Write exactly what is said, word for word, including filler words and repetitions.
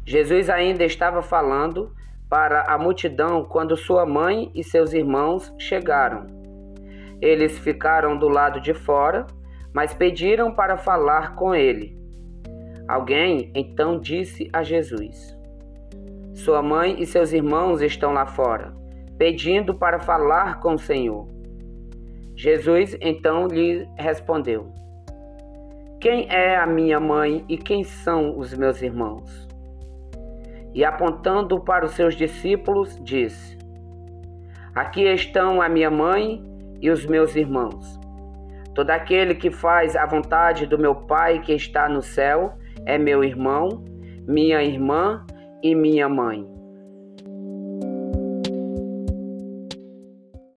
Jesus ainda estava falando para a multidão quando sua mãe e seus irmãos chegaram. Eles ficaram do lado de fora, mas pediram para falar com ele. Alguém então disse a Jesus: "Sua mãe e seus irmãos estão lá fora, pedindo para falar com o Senhor." Jesus então lhe respondeu: "Quem é a minha mãe e quem são os meus irmãos?" E apontando para os seus discípulos, disse: "Aqui estão a minha mãe e os meus irmãos. Todo aquele que faz a vontade do meu Pai que está no céu é meu irmão, minha irmã e minha mãe."